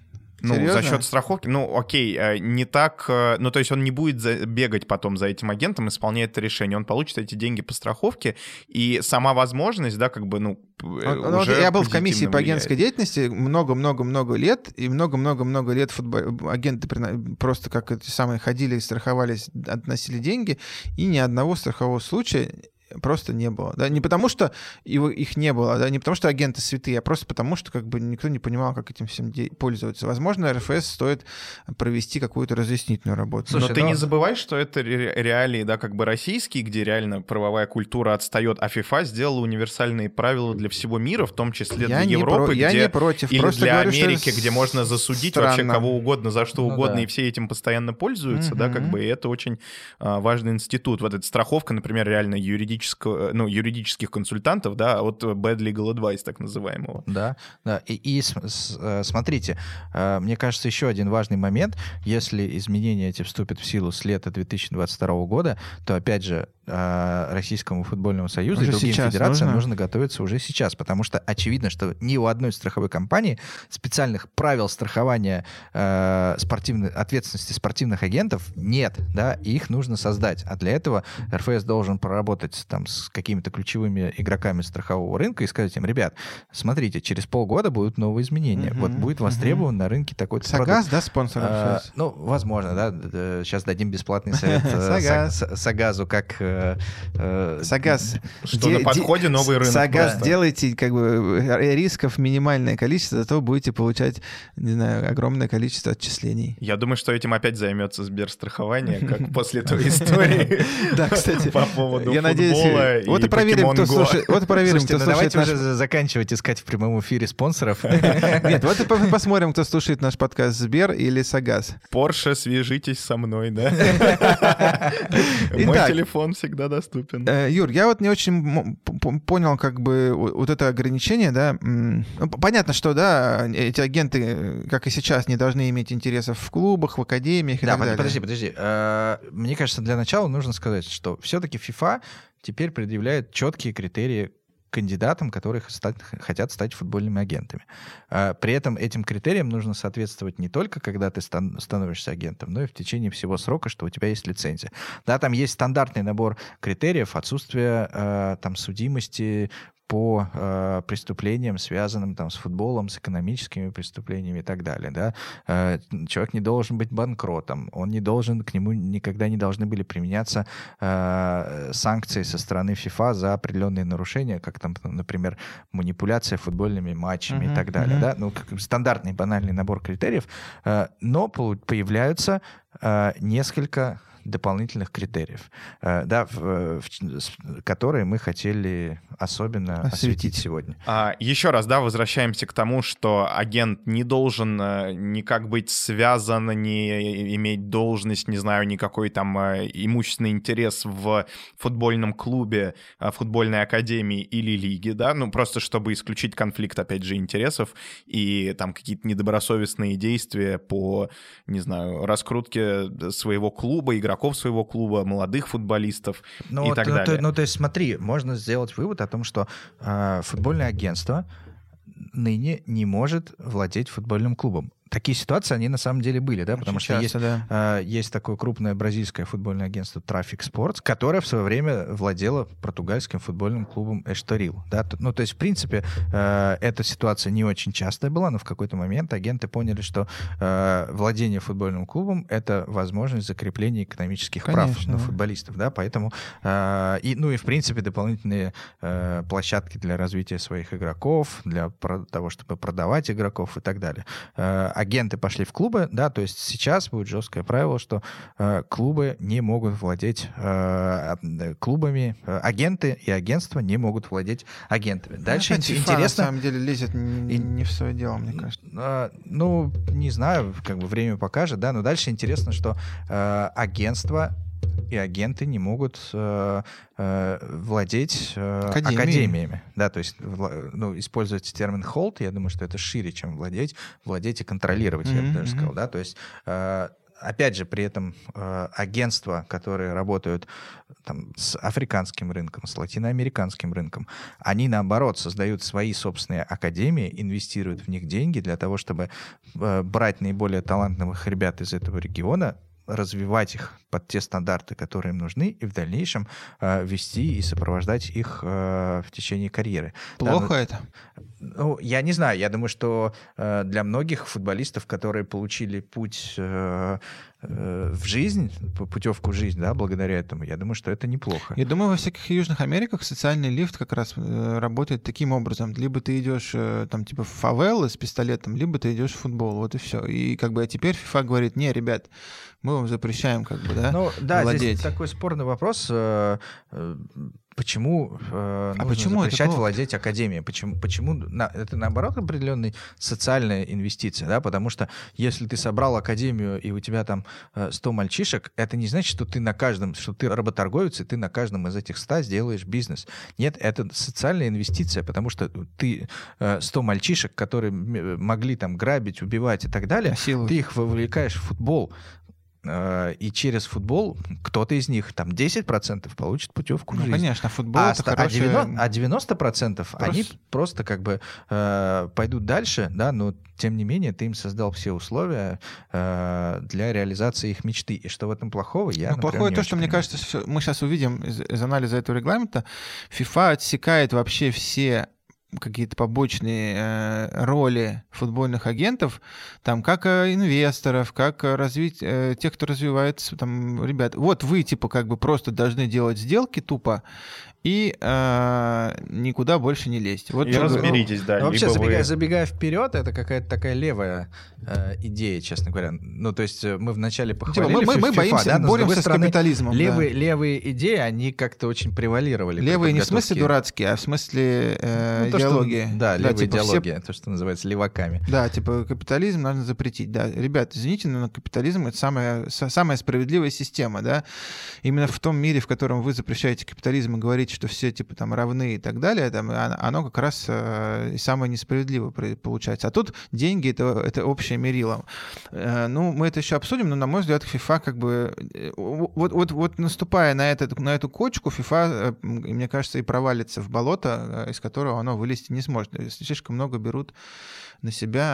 Ну, Серьезно? за счет страховки, ну, окей, не так, ну, то есть он не будет бегать потом за этим агентом, исполняя это решение, он получит эти деньги по страховке, и сама возможность, да, как бы, ну, уже я был в комиссии позитивно по влияет. агентской деятельности много-много-много лет, и много-много-много лет агенты просто как эти самые ходили, страховались, относили деньги, и ни одного страхового случая просто не было. Да? Не потому, что их не было, да? Не потому, что агенты святые, а просто потому, что как бы никто не понимал, как этим всем пользоваться. Возможно, РФС стоит провести какую-то разъяснительную работу. Слушай, но ты не забывай, что это реалии, да, как бы российские, где реально правовая культура отстает, а FIFA сделала универсальные правила для всего мира, в том числе для Европы, я не против. или Просто для говорю, Америки, где можно засудить вообще кого угодно за что угодно, да. И все этим постоянно пользуются, да, как бы, и это очень важный институт. Вот эта страховка, например, реально юридических консультантов, да, от Bad Legal Advice, так называемого. Да, да. И смотрите, мне кажется, еще один важный момент. Если изменения эти вступят в силу с лета 2022 года, то, опять же, Российскому футбольному союзу уже и другим федерациям нужно готовиться уже сейчас, потому что очевидно, что ни у одной страховой компании специальных правил страхования ответственности спортивных агентов нет, да, и их нужно создать. А для этого РФС должен проработать там с какими-то ключевыми игроками страхового рынка и сказать им: ребят, смотрите, через полгода будут новые изменения, вот будет востребован на рынке такой-то Сагаз, продукт. да, спонсор РФС? Ну, возможно, да. Сейчас дадим бесплатный совет Сагазу, как... Сагаз. Что на подходе новый рынок. Сагаз, просто. делайте как бы рисков минимальное количество, зато будете получать, не знаю, огромное количество отчислений. Я думаю, что этим опять займется Сберстрахование, как после той истории. Да, кстати. По поводу Я надеюсь, футбола и вот и проверим, кто Pokemon Go. слушает. Вот и проверим, кто Слушайте, слушает давайте наш... уже заканчивать искать в прямом эфире спонсоров. Нет, вот и посмотрим, кто слушает наш подкаст, Сбер или Сагаз. Порше, свяжитесь со мной, да? Мой Итак. телефон всегда доступен. Юр, я вот не очень понял как бы вот это ограничение, да. Ну, понятно, что, да, эти агенты, как и сейчас, не должны иметь интересов в клубах, в академиях и Да, так далее. подожди. Мне кажется, для начала нужно сказать, что все-таки FIFA теперь предъявляет четкие критерии кандидатам, которые хотят стать футбольными агентами. При этом этим критериям нужно соответствовать не только, когда ты становишься агентом, но и в течение всего срока, что у тебя есть лицензия. Да, там есть стандартный набор критериев: отсутствие там судимости по преступлениям, связанным там с футболом, с экономическими преступлениями и так далее. Да? Человек не должен быть банкротом, к нему никогда не должны были применяться санкции со стороны FIFA за определенные нарушения, как там, например, манипуляция футбольными матчами и так далее. Да? Ну, как стандартный банальный набор критериев, но появляются несколько дополнительных критериев, да, которые мы хотели особенно осветить сегодня. Еще раз, да, возвращаемся к тому, что агент не должен никак быть связан, не иметь должность, не знаю, никакой там имущественный интерес в футбольном клубе, футбольной академии или лиге, да, ну просто чтобы исключить конфликт, опять же, интересов и там какие-то недобросовестные действия по, не знаю, раскрутке своего клуба, игроков своего клуба, молодых футболистов и так далее. Ну, то есть смотри, можно сделать вывод о том, что футбольное агентство ныне не может владеть футбольным клубом. Такие ситуации, они на самом деле были, да, потому что есть такое крупное бразильское футбольное агентство Traffic Sports, которое в свое время владело португальским футбольным клубом Эшторил. Да? Ну, то есть, в принципе, эта ситуация не очень частая была, но в какой-то момент агенты поняли, что владение футбольным клубом — это возможность закрепления экономических прав на футболистов, да, поэтому и в принципе, дополнительные площадки для развития своих игроков, для того, чтобы продавать игроков и так далее. Агенты пошли в клубы, да, то есть сейчас будет жесткое правило, что клубы не могут владеть клубами, агенты и агентства не могут владеть агентами. Дальше интересно... на самом деле лезет не в свое дело, мне кажется. Ну, не знаю, как бы время покажет, да, но дальше интересно, что агентства и агенты не могут владеть академиями. Да, то есть использовать термин hold, я думаю, что это шире, чем владеть и контролировать, я бы даже сказал. Да? То есть опять же, при этом агентства, которые работают там, с африканским рынком, с латиноамериканским рынком, они, наоборот, создают свои собственные академии, инвестируют в них деньги для того, чтобы брать наиболее талантливых ребят из этого региона, развивать их под те стандарты, которые им нужны, и в дальнейшем вести и сопровождать их в течение карьеры. Плохо это? Ну, я не знаю. Я думаю, что для многих футболистов, которые получили путь в жизнь, путевку в жизнь, да, благодаря этому, я думаю, что это неплохо. Я думаю, во всяких Южных Америках социальный лифт как раз работает таким образом. Либо ты идешь там типа в фавелы с пистолетом, либо ты идешь в футбол. Вот и все. И как бы теперь FIFA говорит: не, ребят, мы вам запрещаем как бы, да, ну, да, владеть. Здесь такой спорный вопрос. Почему нужно почему запрещать владеть академией? Почему это, наоборот, определенная социальная инвестиция, да? Потому что если ты собрал академию, и у тебя там 100 мальчишек, это не значит, что что ты работорговец, и ты на каждом из этих 100 сделаешь бизнес. Нет, это социальная инвестиция, потому что ты 100 мальчишек, которые могли там грабить, убивать и так далее, ты их вовлекаешь в футбол. И через футбол кто-то из них, там 10% получит путевку в жизнь. Конечно, футбол это хорошее... А 90% они просто как бы пойдут дальше, да, но тем не менее ты им создал все условия для реализации их мечты. И что в этом плохого, я, например, плохое то, что, мне кажется, мы сейчас увидим из анализа этого регламента, FIFA отсекает вообще все какие-то побочные роли футбольных агентов, там, как инвесторов, как развить тех, кто развивается, там, ребят. Вот вы, типа, как бы просто должны делать сделки тупо и никуда больше не лезть. Вот и разберитесь, да. Вообще, забегая вперед, это какая-то такая левая идея, честно говоря. Ну, то есть мы вначале похвалили FIFA, мы боимся, да, боремся с капитализмом. Левые идеи, они как-то очень превалировали. Левые не в смысле дурацкие, а в смысле идеологии. Левая типа идеология, то, что называется леваками. Да, типа капитализм надо запретить. Да, ребят, извините, но капитализм — это самая справедливая система, да. Именно в том мире, в котором вы запрещаете капитализм и говорите, что все типа там равны и так далее, там, оно как раз и самое несправедливое получается. А тут деньги — это общее мерило. Ну, мы это еще обсудим, но, на мой взгляд, FIFA как бы... Вот наступая на эту кочку, FIFA, мне кажется, и провалится в болото, из которого оно вылезти не сможет. Слишком много берут на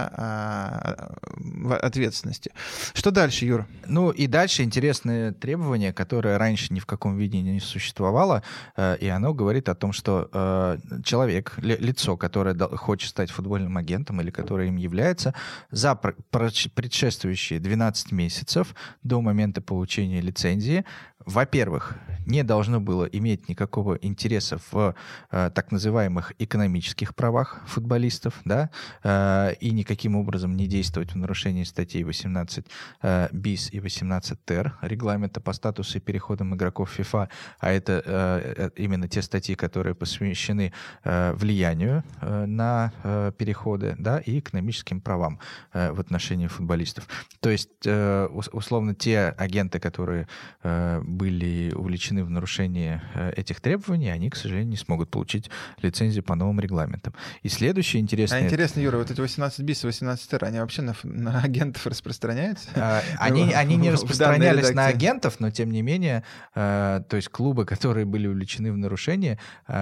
себя ответственности. Что дальше, Юр? Ну и дальше интересное требование, которое раньше ни в каком виде не существовало, и оно говорит о том, что человек, лицо, которое хочет стать футбольным агентом или которое им является, за предшествующие 12 месяцев до момента получения лицензии, во-первых, не должно было иметь никакого интереса в так называемых экономических правах футболистов, да, и никаким образом не действовать в нарушении статей 18 БИС и 18 ТЭР регламента по статусу и переходам игроков FIFA, а это именно те статьи, которые посвящены влиянию на переходы, да, и экономическим правам в отношении футболистов. То есть, условно, те агенты, которые были увлечены в нарушении этих требований, они, к сожалению, не смогут получить лицензию по новым регламентам. И следующее интересное... Интересно, Юра, вот эти 18 БИС и 18 ТЭР, они вообще на агентов распространяются? Они не распространялись на агентов, но тем не менее, то есть клубы, которые были увлечены в нарушении,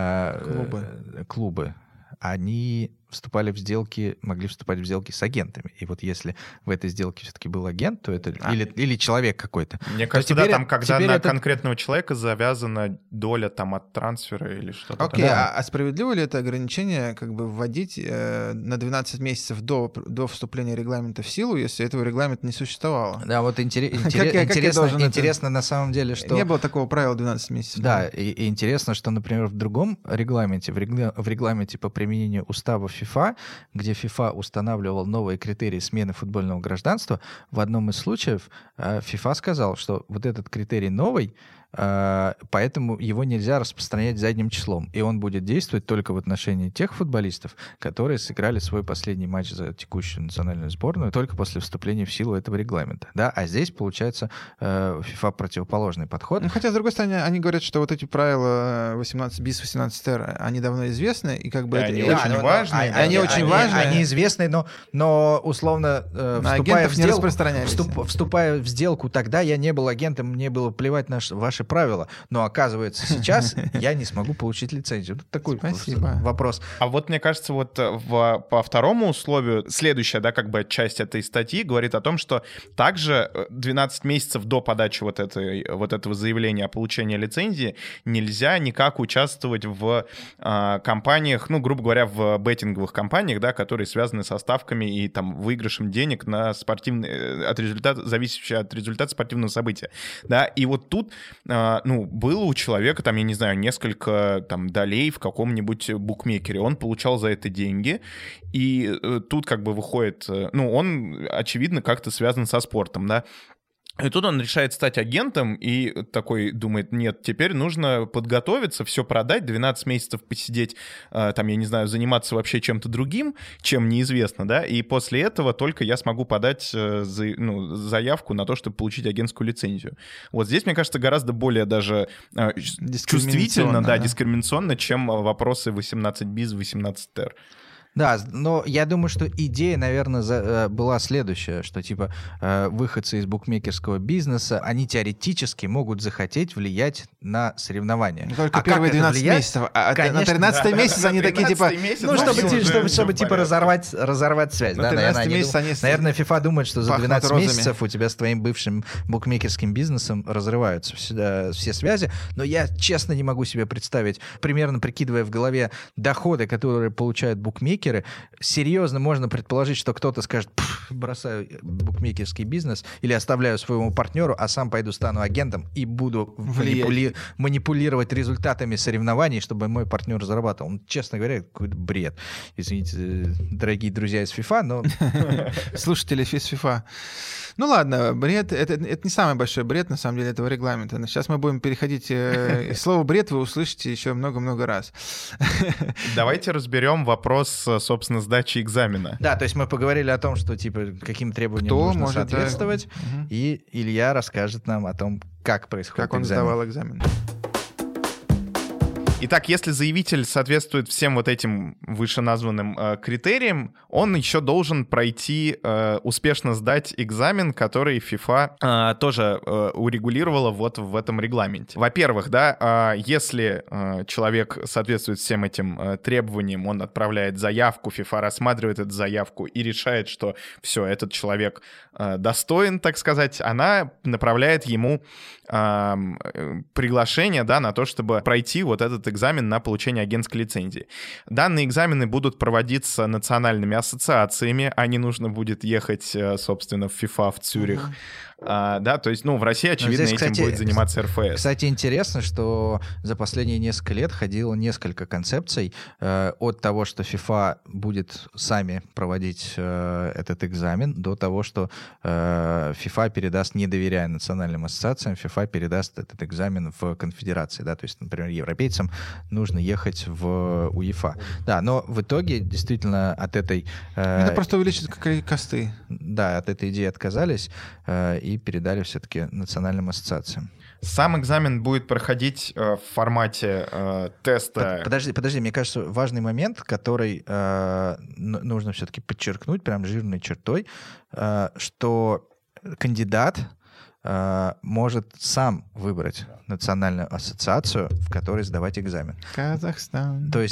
клубы, они вступали в сделки, могли вступать в сделки с агентами. И вот если в этой сделке все-таки был агент, то это или человек какой-то. Мне кажется, да, там когда на конкретного человека завязана доля там от трансфера или что-то. Окей, а справедливо ли это ограничение как бы вводить на 12 месяцев до вступления регламента в силу, если этого регламента не существовало? Да, вот интересно на самом деле, что... Не было такого правила 12 месяцев. Да, и интересно, что, например, в другом регламенте, в регламенте по применению устава FIFA, где FIFA устанавливал новые критерии смены футбольного гражданства, в одном из случаев FIFA сказал, что вот этот критерий новый поэтому его нельзя распространять задним числом. И он будет действовать только в отношении тех футболистов, которые сыграли свой последний матч за текущую национальную сборную только после вступления в силу этого регламента. Да? А здесь, получается, FIFA противоположный подход. Ну, хотя, с другой стороны, они говорят, что вот эти правила 18 bis, 18 они давно известны, и как бы они это очень важные. Они очень важные. Они известны, но условно, вступая в сделку, тогда я не был агентом, мне было плевать на ваши правила. Но оказывается, сейчас я не смогу получить лицензию. Тут такой вопрос. А вот мне кажется, вот по второму условию, следующая, да, как бы часть этой статьи говорит о том, что также 12 месяцев до подачи вот этого заявления о получении лицензии нельзя никак участвовать в компаниях, ну, грубо говоря, в беттинговых компаниях, да, которые связаны со ставками и там выигрышем денег на зависящие от результата спортивного события, да, и вот тут, было у человека, там, я не знаю, несколько там долей в каком-нибудь букмекере, он получал за это деньги, и тут как бы выходит, он, очевидно, как-то связан со спортом, да. И тут он решает стать агентом и такой думает, нет, теперь нужно подготовиться, все продать, 12 месяцев посидеть, там, я не знаю, заниматься вообще чем-то другим, чем неизвестно, да, и после этого только я смогу подать заявку на то, чтобы получить агентскую лицензию. Вот здесь, мне кажется, гораздо более даже чувствительно, да, дискриминационно, чем вопросы 18 bis, 18 ter. Да, но я думаю, что идея, наверное, была следующая, что типа выходцы из букмекерского бизнеса, они теоретически могут захотеть влиять на соревнования. Только первые 12 месяцев, а на 13-й месяц они такие типа... чтобы типа разорвать связь. Да, наверное, FIFA думает, что за 12 месяцев у тебя с твоим бывшим букмекерским бизнесом разрываются все связи, но я честно не могу себе представить, примерно прикидывая в голове доходы, которые получают букмекеры, серьезно можно предположить, что кто-то скажет, бросаю букмекерский бизнес или оставляю своему партнеру, а сам пойду стану агентом и буду манипулировать результатами соревнований, чтобы мой партнер зарабатывал. Он, честно говоря, какой-то бред. Извините, дорогие друзья из FIFA, но... Слушатели из FIFA. Ну ладно, бред, это не самый большой бред, на самом деле, этого регламента. Но сейчас мы будем переходить... Слово «бред» вы услышите еще много-много раз. Давайте разберем вопрос, собственно, сдачи экзамена. Да, то есть мы поговорили о том, что, типа, каким требованиям нужно соответствовать, и Илья расскажет нам о том, как происходит экзамен. Как он сдавал экзамен. Итак, если заявитель соответствует всем вот этим вышеназванным критериям, он еще должен пройти, успешно сдать экзамен, который FIFA тоже урегулировала вот в этом регламенте. Во-первых, да, если человек соответствует всем этим требованиям, он отправляет заявку, FIFA рассматривает эту заявку и решает, что все, этот человек достоин, так сказать, она направляет ему приглашение, да, на то, чтобы пройти вот этот экзамен на получение агентской лицензии. Данные экзамены будут проводиться национальными ассоциациями, а не нужно будет ехать, собственно, в FIFA в Цюрих. Да, то есть, в России, очевидно, здесь, кстати, этим будет заниматься РФС. Кстати, интересно, что за последние несколько лет ходило несколько концепций от того, что FIFA будет сами проводить этот экзамен, до того, что FIFA передаст, не доверяя национальным ассоциациям, FIFA передаст этот экзамен в конфедерации. Да? То есть, например, европейцам нужно ехать в УЕФА. Да, но в итоге действительно от этой... Это просто увеличит косты. Да, от этой идеи отказались и передали все-таки национальным ассоциациям. Сам экзамен будет проходить в формате теста. Подожди, мне кажется, важный момент, который нужно все-таки подчеркнуть прям жирной чертой, что кандидат может сам выбрать национальную ассоциацию, в которой сдавать экзамен. Казахстан. То есть,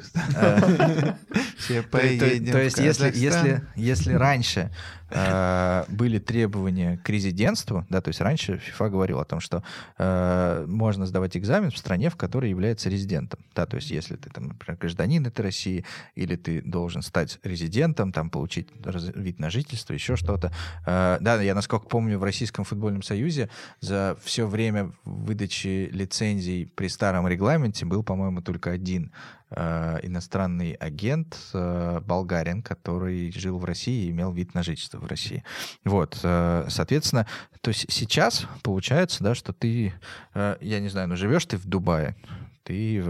все поедем. То есть, если раньше были требования к резидентству, да, то есть раньше FIFA говорила о том, что можно сдавать экзамен в стране, в которой является резидентом. Да, то есть, если ты, там, например, гражданин этой России, или ты должен стать резидентом, там, получить вид на жительство, еще что-то. Да, я, насколько помню, в Российском футбольном Советском Союзе за все время выдачи лицензий при старом регламенте был, по-моему, только один иностранный агент, болгарин, который жил в России и имел вид на жительство в России. Вот, соответственно, то есть сейчас получается, да, что ты, я не знаю, живешь ты в Дубае, ты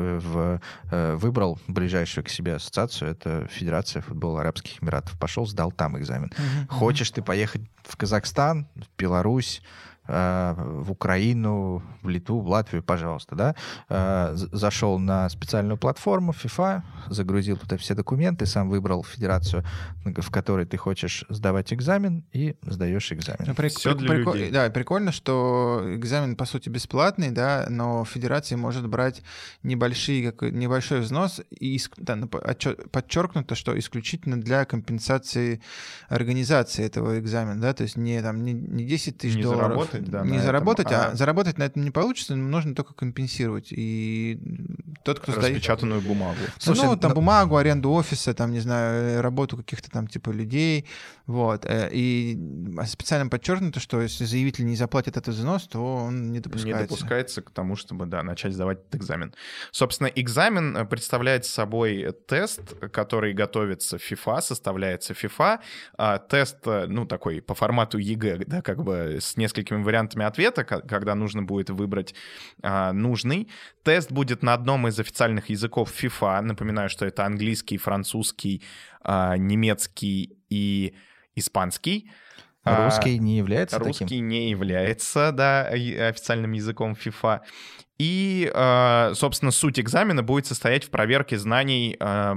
выбрал ближайшую к себе ассоциацию, это Федерация футбола Арабских Эмиратов. Пошел, сдал там экзамен. Хочешь ты поехать в Казахстан, в Беларусь, в Украину, в Литву, в Латвию, пожалуйста, да, зашел на специальную платформу FIFA, загрузил туда все документы, сам выбрал федерацию, в которой ты хочешь сдавать экзамен, и сдаешь экзамен. Все для людей. Да, прикольно, что экзамен, по сути, бесплатный, да, но федерация может брать небольшой взнос, и подчеркнуто, что исключительно для компенсации организации этого экзамена, да, то есть не 10 тысяч долларов. Заработать, да, заработать на этом не получится, нужно только компенсировать. И тот, кто сдает... Распечатанную бумагу. Слушай, бумагу, аренду офиса, там, не знаю, работу каких-то там типа людей, вот. И специально подчеркнуто, что если заявитель не заплатит этот взнос, то он не допускается. Не допускается к тому, чтобы, да, начать сдавать этот экзамен. Собственно, экзамен представляет собой тест, который готовится в FIFA, составляется FIFA. Тест, такой по формату ЕГЭ, да, как бы с несколькими вариантами ответа, когда нужно будет выбрать нужный. Тест будет на одном из официальных языков FIFA. Напоминаю, что это английский, французский, немецкий и испанский. Русский не является таким? Русский не является, да, официальным языком FIFA. И, собственно, суть экзамена будет состоять в проверке знаний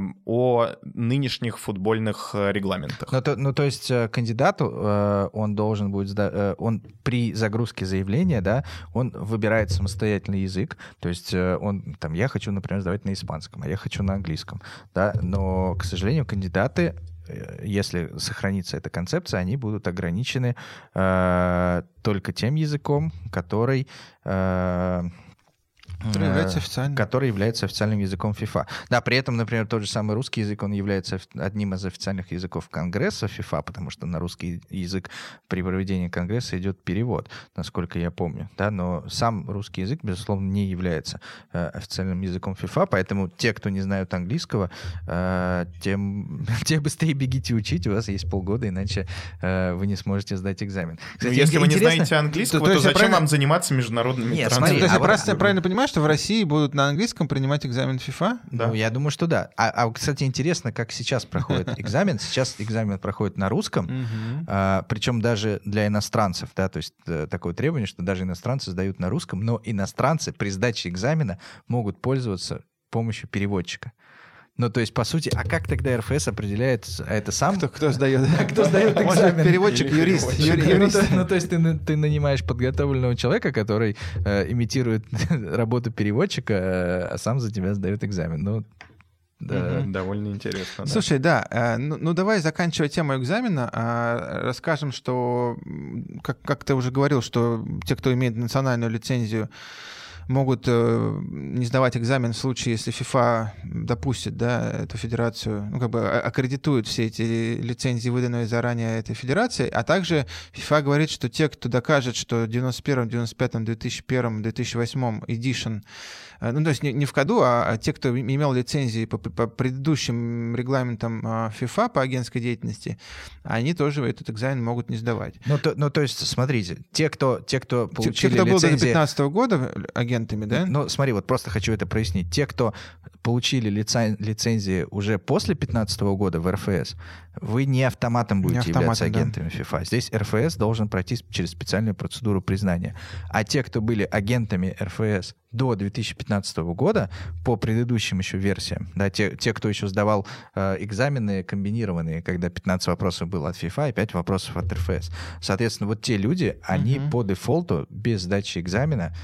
о нынешних футбольных регламентах. То есть кандидату, он должен будет, он при загрузке заявления, да, он выбирает самостоятельный язык, то есть я хочу, например, сдавать на испанском, а я хочу на английском, да, но, к сожалению, кандидаты, если сохранится эта концепция, они будут ограничены только тем языком, который является официальным языком FIFA. Да, при этом, например, тот же самый русский язык, он является одним из официальных языков Конгресса FIFA, потому что на русский язык при проведении Конгресса идет перевод, насколько я помню. Да, но сам русский язык, безусловно, не является официальным языком FIFA, поэтому те, кто не знают английского, те быстрее бегите учить, у вас есть полгода, иначе вы не сможете сдать экзамен. Кстати, если вы не знаете английского, то зачем вам заниматься международными транспортами? То есть я правильно понимаю, что в России будут на английском принимать экзамен FIFA? Да. Я думаю, что да. Кстати, интересно, как сейчас проходит экзамен. Сейчас экзамен проходит на русском, причем даже для иностранцев, да, то есть такое требование, что даже иностранцы сдают на русском, но иностранцы при сдаче экзамена могут пользоваться помощью переводчика. То есть, по сути, а как тогда РФС определяет, это сам? Кто сдает? Кто сдает экзамен? Переводчик, юрист. То есть ты нанимаешь подготовленного человека, который имитирует работу переводчика, а сам за тебя сдает экзамен. Да. Довольно интересно. Слушай, да, давай заканчивая тему экзамена, расскажем, что, как ты уже говорил, что те, кто имеет национальную лицензию, могут не сдавать экзамен в случае, если FIFA допустит, да, эту федерацию, аккредитует все эти лицензии, выданные заранее этой федерацией, а также FIFA говорит, что те, кто докажет, что в 91-м, 95-м, 2001-м, 2008-м edition, то есть не в году, а те, кто имел лицензии по предыдущим регламентам FIFA по агентской деятельности, они тоже этот экзамен могут не сдавать. То есть, смотрите, те, кто получили те, кто был до лицензии... 2015 года агентами, да? Смотри, просто хочу это прояснить. Те, кто получили лицензии уже после 2015 года в РФС, вы не автоматом будете являться агентами FIFA. Здесь РФС должен пройти через специальную процедуру признания. А те, кто были агентами РФС до 2015 года, по предыдущим еще версиям, да, те, кто еще сдавал экзамены комбинированные, когда 15 вопросов было от FIFA и 5 вопросов от РФС. Соответственно, вот те люди, они по дефолту, без сдачи экзамена,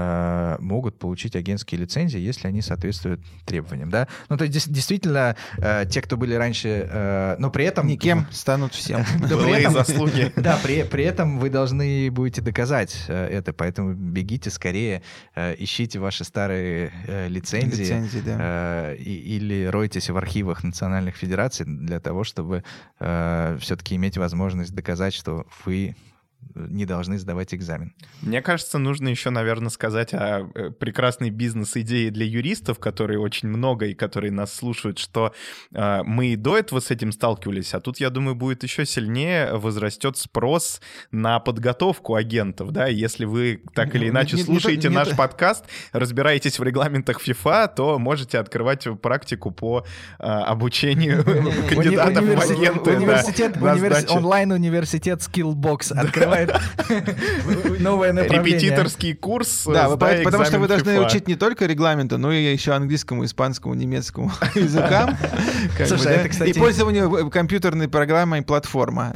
могут получить агентские лицензии, если они соответствуют требованиям. Да? То есть действительно, те, кто были раньше... но при этом... Никем станут всем. Былые заслуги. Да, при этом вы должны будете доказать это, поэтому бегите скорее, ищите ваши старые лицензии, да. Или ройтесь в архивах национальных федераций для того, чтобы все-таки иметь возможность доказать, что вы не должны сдавать экзамен. Мне кажется, нужно еще, наверное, сказать о прекрасной бизнес-идее для юристов, которые очень много и которые нас слушают, что мы и до этого с этим сталкивались, а тут, я думаю, будет еще сильнее возрастет спрос на подготовку агентов, да, если вы так или иначе слушаете наш подкаст, разбираетесь в регламентах FIFA, то можете открывать практику по обучению кандидатов в агенты. Онлайн-университет Skillbox открывает новое направление. Репетиторский курс. Да, потому что вы должны учить не только регламенту, но и еще английскому, испанскому, немецкому языкам. Слушай, это, кстати... И пользованию компьютерной программой платформа.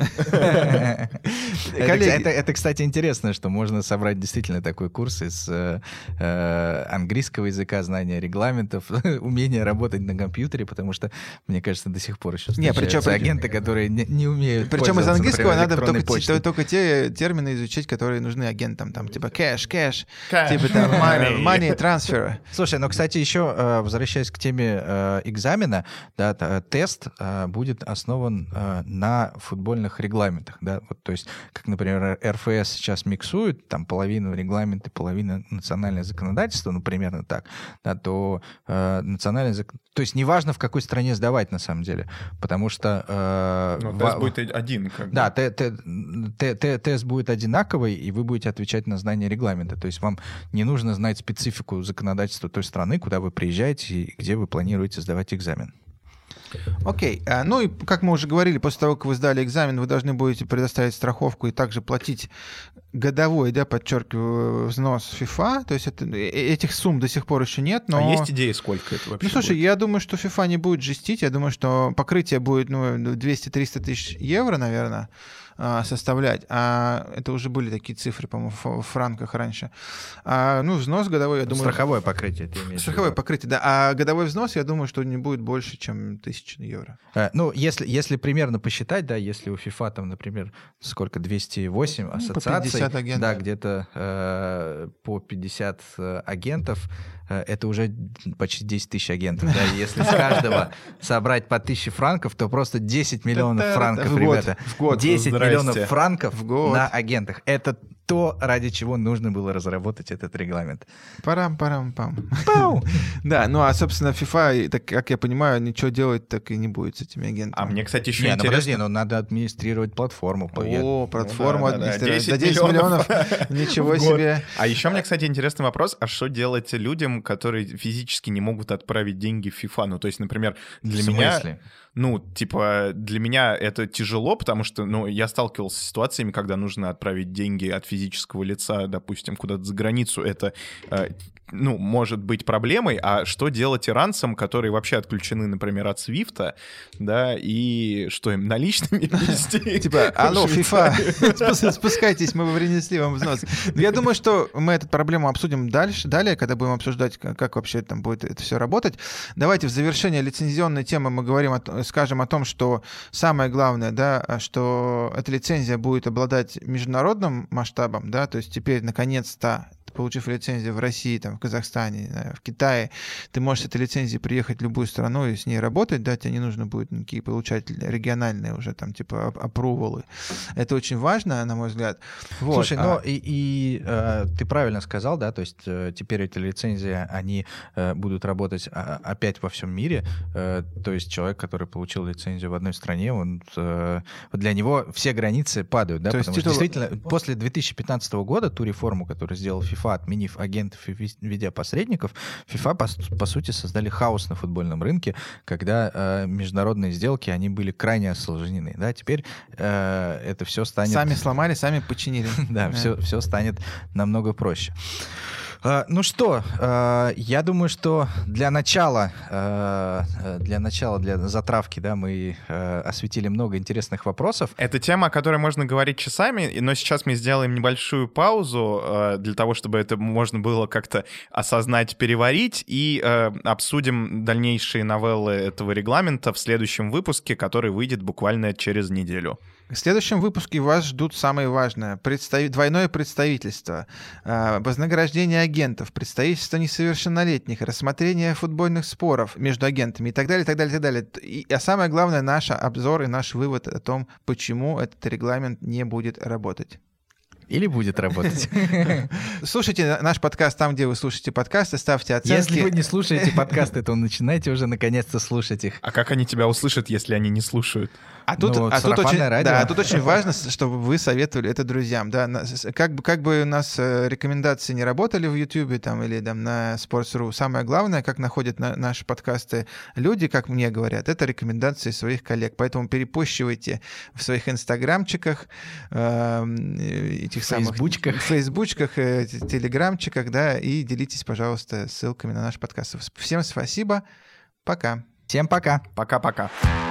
Это, кстати, интересно, что можно собрать действительно такой курс из английского языка, знания регламентов, умения работать на компьютере, потому что, мне кажется, до сих пор еще встречаются агенты, которые не умеют пользоваться. Причем из английского надо только те термины изучить, которые нужны агентам, там, типа кэш, типа там money transfer. Слушай, ну, кстати, еще, возвращаясь к теме экзамена, да, тест будет основан на футбольных регламентах, да, вот, то есть, как, например, РФС сейчас миксует, там, половину регламента, половину национальное законодательство, ну, примерно так, да, то национальное законодательство, то есть, неважно, в какой стране сдавать, на самом деле, потому что... тест будет один. Да, тест будет одинаковый, и вы будете отвечать на знание регламента. То есть вам не нужно знать специфику законодательства той страны, куда вы приезжаете и где вы планируете сдавать экзамен. Окей. Ну и, как мы уже говорили, после того, как вы сдали экзамен, вы должны будете предоставить страховку и также платить годовой, да, подчеркиваю, взнос FIFA. То есть этих сумм до сих пор еще нет, но... А есть идеи, сколько это вообще Ну, слушай, будет? я думаю, что FIFA не будет жестить. Я думаю, что покрытие будет 200-300 тысяч евро, наверное, составлять. А это уже были такие цифры, по-моему, в франках раньше. Взнос годовой, я думаю... Страховое покрытие, ты имеешь в виду? Страховое покрытие, да. А годовой взнос, я думаю, что не будет больше, чем 1000 евро. Ну, если примерно посчитать, да, если у FIFA там, например, сколько, 208 ассоциаций, по 50 агентов. Да, где-то по 50 агентов, это уже почти 10 тысяч агентов. Да? Если с каждого собрать по 1000 франков, то просто 10 миллионов франков, ребята. В год. 10 миллионов франков в год. на агентах. Это то, ради чего нужно было разработать этот регламент. Парам-парам-пам. Да, ну а, собственно, FIFA, так, как я понимаю, ничего делать так и не будет с этими агентами. А мне, кстати, еще интересно... подожди, надо администрировать платформу. Платформу администрировать. За 10 миллионов. Ничего себе. А еще мне, кстати, интересный вопрос. А что делать людям, которые физически не могут отправить деньги в FIFA? Ну, то есть, например, для меня... для меня это тяжело, потому что, я сталкивался с ситуациями, когда нужно отправить деньги от физического лица, допустим, куда-то за границу. Это, может быть проблемой. А что делать иранцам, которые вообще отключены, например, от Свифта, да, и что им, наличными вести? Типа, алло, FIFA, спускайтесь, мы принесли вам взнос. Я думаю, что мы эту проблему обсудим далее, когда будем обсуждать, как вообще там будет это все работать. Давайте в завершение лицензионной темы мы скажем о том, что самое главное, да, что эта лицензия будет обладать международным масштабом, да, то есть теперь наконец-то, получив лицензию в России, там, в Казахстане, в Китае, ты можешь с этой лицензией приехать в любую страну и с ней работать, да, тебе не нужно будет никакие получать региональные уже там типа апрувалы. Это очень важно, на мой взгляд. Вот. Слушай, ты правильно сказал, да, то есть теперь эти лицензии, они будут работать опять во всем мире, то есть человек, который получил лицензию в одной стране, для него все границы падают, да, потому что действительно после 2015 года, ту реформу, которую сделал FIFA, отменив агентов и введя посредников, FIFA, по сути, создали хаос на футбольном рынке, когда международные сделки, они были крайне осложнены. Да? Теперь это все станет... Сами сломали, сами починили. Да, все станет намного проще. Ну что, я думаю, что для начала, для затравки, да, мы осветили много интересных вопросов. Это тема, о которой можно говорить часами, но сейчас мы сделаем небольшую паузу для того, чтобы это можно было как-то осознать, переварить, и обсудим дальнейшие новеллы этого регламента в следующем выпуске, который выйдет буквально через неделю. В следующем выпуске вас ждут самое важное. Двойное представительство, вознаграждение агентов, представительство несовершеннолетних, рассмотрение футбольных споров между агентами и так далее, так далее, так далее. А самое главное, наш обзор и наш вывод о том, почему этот регламент не будет работать. Или будет работать. Слушайте наш подкаст там, где вы слушаете подкасты, ставьте оценки. Если вы не слушаете подкасты, то начинайте уже наконец-то слушать их. А как они тебя услышат, если они не слушают? Тут очень важно, чтобы вы советовали это друзьям. Да? Как бы у нас рекомендации не работали в YouTube там, или там, на Sports.ru, самое главное, как находят наши подкасты люди, как мне говорят, это рекомендации своих коллег. Поэтому перепощивайте в своих инстаграмчиках, этих фейсбучках, телеграмчиках, да, и делитесь, пожалуйста, ссылками на наш подкаст. Всем спасибо. Пока. Всем пока. Пока-пока.